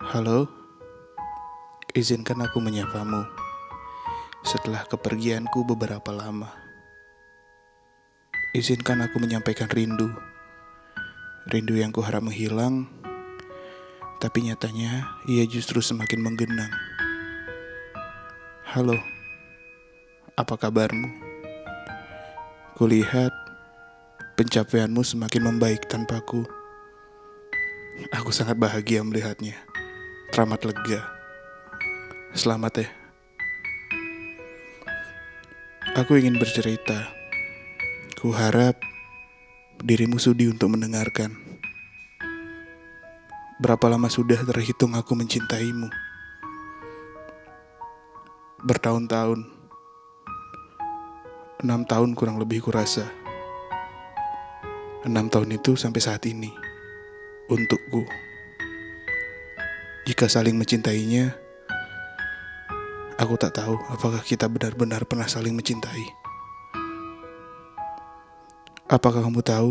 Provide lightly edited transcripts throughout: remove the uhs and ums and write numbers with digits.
Halo, izinkan aku menyapamu setelah kepergianku beberapa lama. Izinkan aku menyampaikan rindu yang kuharap menghilang, tapi nyatanya ia justru semakin menggenang. Halo, apa kabarmu? Kulihat pencapaianmu semakin membaik tanpaku. Aku sangat bahagia melihatnya. Teramat lega. Selamat ya. Aku ingin bercerita. Kuharap dirimu sudi untuk mendengarkan. Berapa lama sudah terhitung aku mencintaimu? Bertahun-tahun. 6 tahun kurang lebih kurasa. 6 tahun itu sampai saat ini. Untukku. Jika saling mencintainya, aku tak tahu apakah kita benar-benar pernah saling mencintai. Apakah kamu tahu?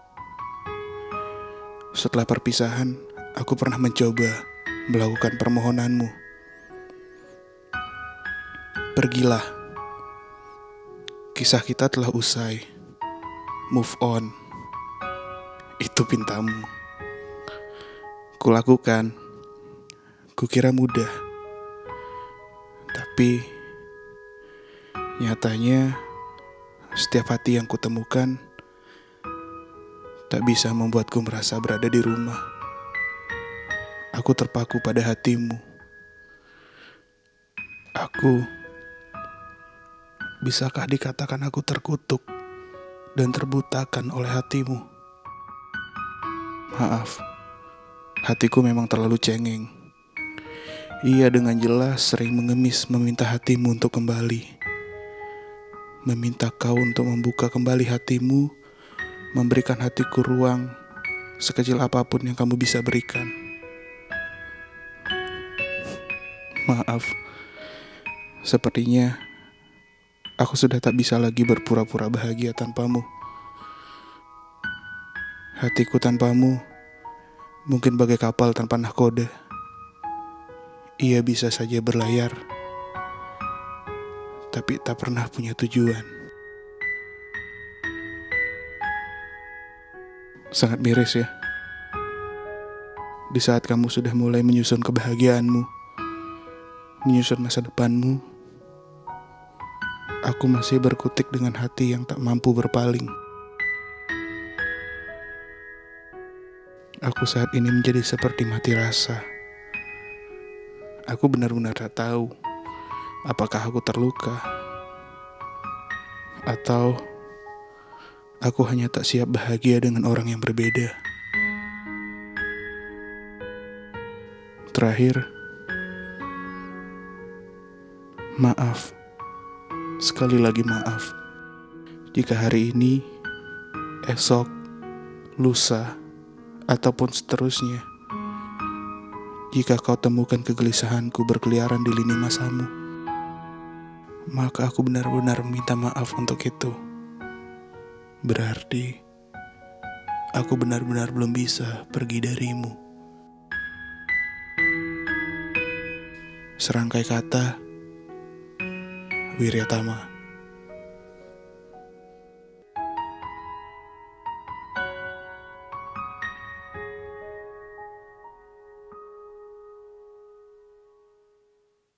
Setelah perpisahan, aku pernah mencoba melakukan permohonanmu. Pergilah. Kisah kita telah usai. Move on. Itu pintamu. Kulakukan. Kukira mudah. Tapi nyatanya setiap hati yang kutemukan tak bisa membuatku merasa berada di rumah. Aku terpaku pada hatimu. Bisakah dikatakan aku terkutuk dan terbutakan oleh hatimu? Maaf, hatiku memang terlalu cengeng. Ia dengan jelas sering mengemis meminta hatimu untuk kembali. Meminta kau untuk membuka kembali hatimu, memberikan hatiku ruang sekecil apapun yang kamu bisa berikan. Maaf, sepertinya aku sudah tak bisa lagi berpura-pura bahagia tanpamu. Hatiku tanpamu mungkin bagai kapal tanpa nahkoda. Ia bisa saja berlayar, tapi tak pernah punya tujuan. Sangat miris ya. Di saat kamu sudah mulai menyusun kebahagiaanmu, menyusun masa depanmu, aku masih berkutik dengan hati yang tak mampu berpaling. Aku saat ini menjadi seperti mati rasa. Aku benar-benar tak tahu apakah aku terluka atau aku hanya tak siap bahagia dengan orang yang berbeda. Terakhir, maaf. Sekali lagi maaf. Jika hari ini, esok, lusa, ataupun seterusnya, jika kau temukan kegelisahanku berkeliaran di lini masamu, maka aku benar-benar minta maaf untuk itu. Berarti aku benar-benar belum bisa pergi darimu. Serangkai kata, Wiryatama.